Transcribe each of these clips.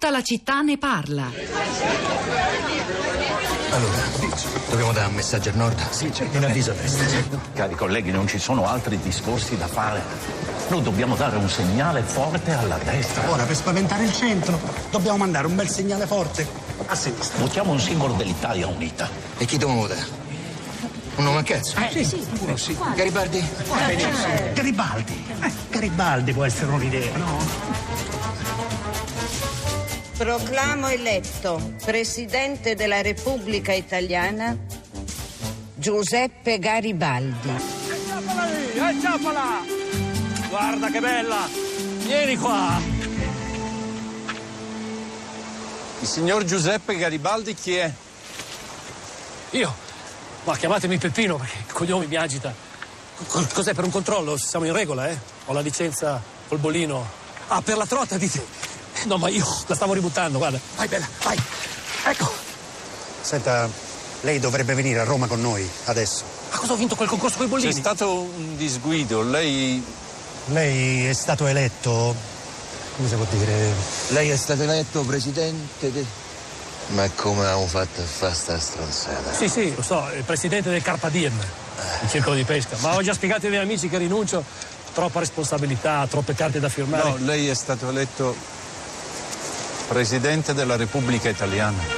Tutta la città ne parla. Allora, dobbiamo dare un messaggio al nord? Sì, certo. In avviso a destra. Cari colleghi, non ci sono altri discorsi da fare. Noi dobbiamo dare un segnale forte alla destra. Ora, per spaventare il centro, dobbiamo mandare un bel segnale forte a sinistra. Votiamo un simbolo dell'Italia unita. E chi dobbiamo votare? Un nome a cazzo? Sì. Garibaldi? Garibaldi può essere un'idea, no? Proclamo eletto Presidente della Repubblica Italiana Giuseppe Garibaldi. Acciappala! Guarda che bella! Vieni qua! Il signor Giuseppe Garibaldi chi è? Io? Ma chiamatemi Peppino perché il cognome mi agita. Cos'è, per un controllo? Siamo in regola, eh? Ho la licenza col bollino. Ah, per la trotta, dite? No, ma io la stavo ributtando, guarda. Vai, bella, vai. Ecco. Senta, lei dovrebbe venire a Roma con noi, adesso. Ma cosa ho vinto quel concorso con i bollini? C'è stato un disguido, lei Lei è stato eletto, come si può dire? Lei è stato eletto presidente Ma come abbiamo fatto a fare sta stronzata? Sì, lo so, il presidente del Carpa Diem, il circolo di pesca. Ma ho già spiegato ai miei amici che rinuncio. Troppa responsabilità, troppe carte da firmare. No, lei è stato eletto Presidente della Repubblica Italiana.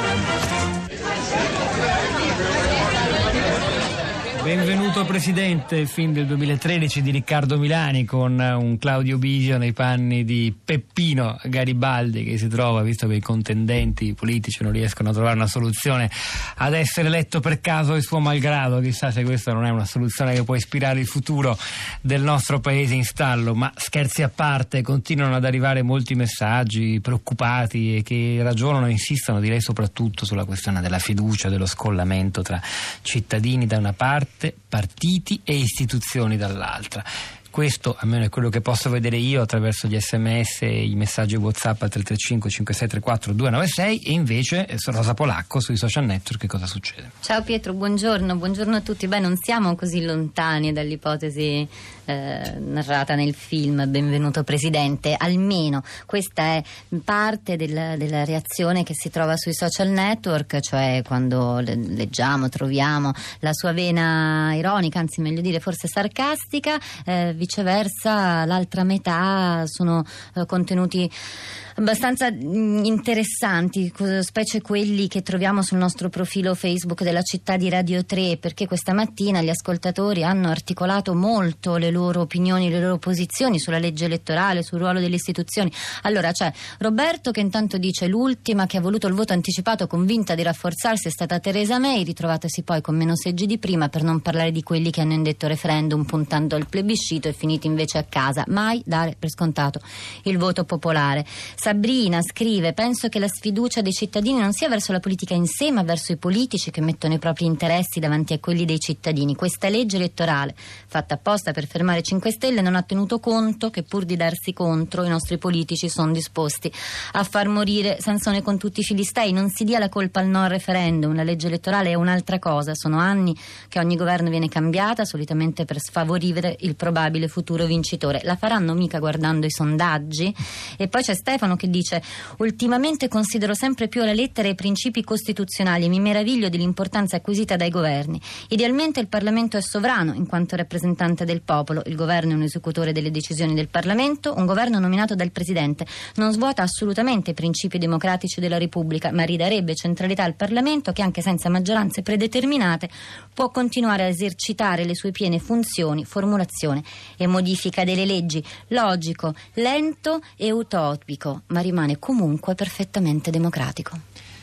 Benvenuto Presidente, il film del 2013 di Riccardo Milani con un Claudio Bisio nei panni di Peppino Garibaldi che si trova, visto che i contendenti politici non riescono a trovare una soluzione, ad essere eletto per caso e suo malgrado. Chissà se questa non è una soluzione che può ispirare il futuro del nostro paese in stallo. Ma scherzi a parte, continuano ad arrivare molti messaggi preoccupati e che ragionano e insistono, direi soprattutto sulla questione della fiducia, dello scollamento tra cittadini da una parte, partiti e istituzioni dall'altra. Questo, almeno è quello che posso vedere io attraverso gli sms e i messaggi WhatsApp al 335 5634 296, e invece su Rosa Polacco sui social network che cosa succede? Ciao Pietro, buongiorno a tutti. Beh, non siamo così lontani dall'ipotesi narrata nel film Benvenuto Presidente, almeno questa è parte della reazione che si trova sui social network, cioè quando leggiamo, troviamo la sua vena ironica, anzi meglio dire forse sarcastica, viceversa l'altra metà sono contenuti abbastanza interessanti, specie quelli che troviamo sul nostro profilo Facebook della città di Radio 3, perché questa mattina gli ascoltatori hanno articolato molto le loro opinioni, le loro posizioni sulla legge elettorale, sul ruolo delle istituzioni. Allora c'è Roberto che intanto dice: l'ultima che ha voluto il voto anticipato convinta di rafforzarsi è stata Theresa May, ritrovatasi poi con meno seggi di prima, per non parlare di quelli che hanno indetto referendum puntando al plebiscito e finiti invece a casa. Mai dare per scontato il voto popolare. Sabrina scrive: penso che la sfiducia dei cittadini non sia verso la politica in sé, ma verso i politici che mettono i propri interessi davanti a quelli dei cittadini. Questa legge elettorale, fatta apposta per fermare 5 Stelle, non ha tenuto conto che pur di darsi contro i nostri politici sono disposti a far morire Sansone con tutti i filistei. Non si dia la colpa al no al referendum, la legge elettorale è un'altra cosa. Sono anni che ogni governo viene cambiata, solitamente per sfavorire il probabile futuro vincitore. La faranno mica guardando i sondaggi? E poi c'è Stefano che dice: ultimamente considero sempre più alla lettera i principi costituzionali e mi meraviglio dell'importanza acquisita dai governi. Idealmente il Parlamento è sovrano in quanto rappresentante del popolo, il governo è un esecutore delle decisioni del Parlamento, un governo nominato dal Presidente non svuota assolutamente i principi democratici della Repubblica, ma ridarebbe centralità al Parlamento che anche senza maggioranze predeterminate può continuare a esercitare le sue piene funzioni, formulazione e modifica delle leggi. Logico, lento e utopico, ma rimane comunque perfettamente democratico.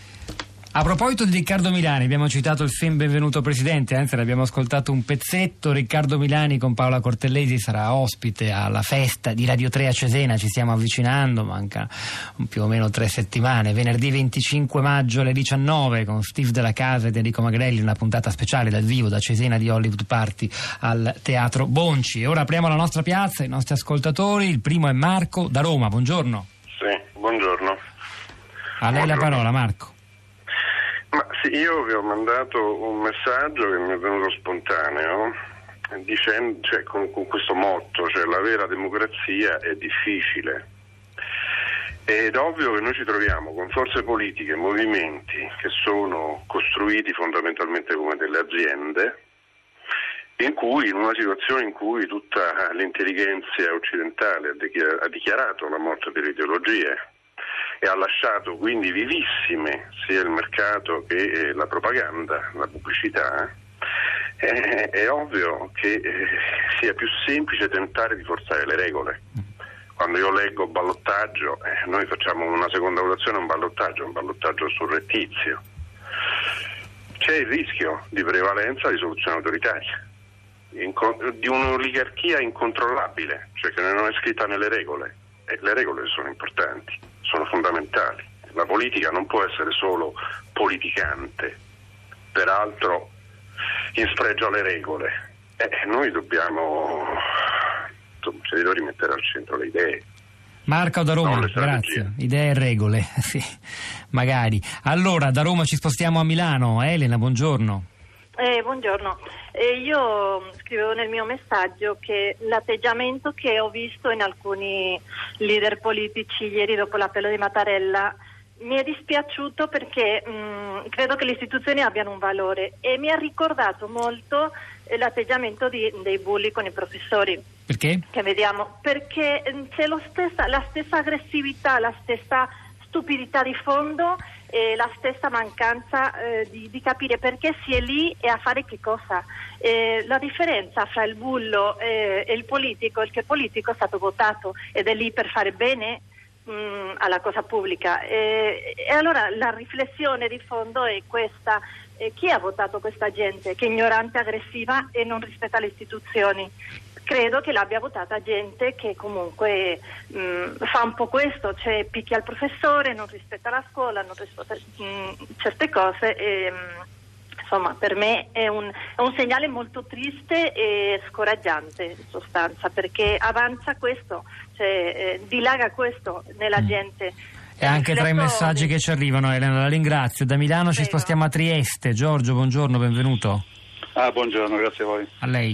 A proposito di Riccardo Milani, abbiamo citato il film Benvenuto Presidente, anzi ne abbiamo ascoltato un pezzetto. Riccardo Milani con Paola Cortellesi sarà ospite alla festa di Radio 3 a Cesena, ci stiamo avvicinando, manca più o meno 3 settimane, venerdì 25 maggio alle 19 con Steve Della Casa ed Enrico Magrelli, una puntata speciale dal vivo da Cesena di Hollywood Party al Teatro Bonci. E ora apriamo la nostra piazza, i nostri ascoltatori. Il primo è Marco da Roma, buongiorno. Sì, buongiorno. A lei la parola, Marco. Ma sì, io vi ho mandato un messaggio che mi è venuto spontaneo, dicendo, con questo motto, cioè la vera democrazia è difficile. Ed è ovvio che noi ci troviamo con forze politiche, movimenti che sono costruiti fondamentalmente come delle aziende, in una situazione in cui tutta l'intelligenza occidentale ha dichiarato la morte delle ideologie e ha lasciato quindi vivissime sia il mercato che la propaganda, la pubblicità, è ovvio che sia più semplice tentare di forzare le regole. Quando io leggo ballottaggio, noi facciamo una seconda votazione, un ballottaggio surrettizio. C'è il rischio di prevalenza di soluzione autoritaria, di un'oligarchia incontrollabile, cioè che non è scritta nelle regole. E le regole sono importanti, sono fondamentali. La politica non può essere solo politicante, peraltro in spregio alle regole. Noi dobbiamo rimettere al centro le idee. Marco da Roma, grazie. Idee e regole, sì, magari. Allora, da Roma ci spostiamo a Milano. Elena, buongiorno. Buongiorno. Io scrivevo nel mio messaggio che l'atteggiamento che ho visto in alcuni leader politici ieri dopo l'appello di Mattarella mi è dispiaciuto perché credo che le istituzioni abbiano un valore e mi ha ricordato molto l'atteggiamento dei bulli con i professori. Perché? Che vediamo, perché c'è la stessa aggressività, la stessa stupidità di fondo e la stessa mancanza di capire perché si è lì e a fare che cosa. La differenza fra il bullo e il politico è che il politico è stato votato ed è lì per fare bene alla cosa pubblica e allora la riflessione di fondo è questa: chi ha votato questa gente che è ignorante, aggressiva e non rispetta le istituzioni? Credo che l'abbia votata gente che comunque fa un po' questo, cioè picchia il professore, non rispetta la scuola, non rispetta certe cose e, insomma, per me è un segnale molto triste e scoraggiante in sostanza, perché avanza questo, cioè dilaga questo nella gente. E anche tra i messaggi che ci arrivano, Elena, la ringrazio. Da Milano ci spostiamo a Trieste. Giorgio, buongiorno, benvenuto. Buongiorno, grazie a voi. A lei.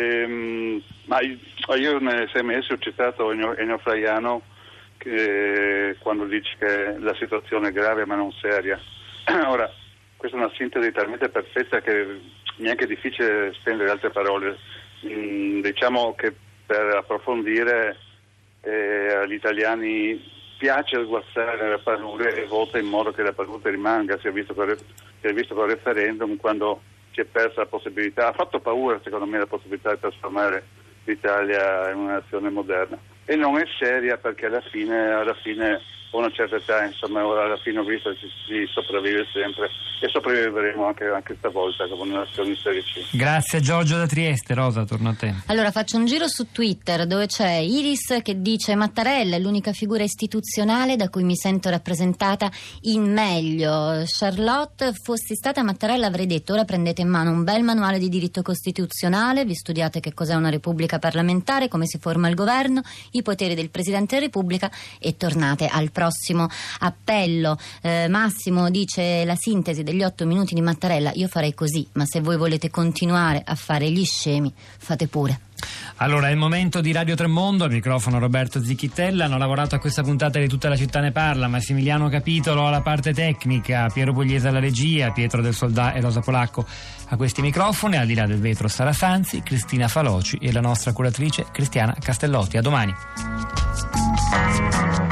Io nei 6 mesi ho citato Ennio Flaiano quando dice che la situazione è grave ma non seria. Ora, questa è una sintesi talmente perfetta che mi è anche difficile spendere altre parole. Diciamo che per approfondire agli italiani piace sguazzare la palude e vota in modo che la palude rimanga. Si è visto con il referendum, quando si è persa la possibilità, ha fatto paura secondo me la possibilità di trasformare l'Italia in una nazione moderna, e non è seria perché alla fine a una certa età, insomma, alla fine ho visto che si sopravvive sempre e sopravviveremo anche stavolta come una nazione in Serie C. Grazie Giorgio da Trieste. Rosa, torno a te. Allora faccio un giro su Twitter dove c'è Iris che dice: Mattarella è l'unica figura istituzionale da cui mi sento rappresentata in meglio. Charlotte: fossi stata Mattarella avrei detto: ora prendete in mano un bel manuale di diritto costituzionale, vi studiate che cos'è una repubblica parlamentare, come si forma il governo, i poteri del Presidente della Repubblica e tornate al prossimo appello. Massimo dice: la sintesi degli 8 minuti di Mattarella, io farei così, ma se voi volete continuare a fare gli scemi, fate pure. Allora è il momento di Radio Tremondo, al microfono Roberto Zicchittella. Hanno lavorato a questa puntata di Tutta la città ne parla: Massimiliano Capitolo alla parte tecnica, Piero Pugliese alla regia, Pietro del Soldà e Rosa Polacco a questi microfoni. Al di là del vetro Sara Sanzi, Cristina Faloci e la nostra curatrice Cristiana Castellotti. A domani.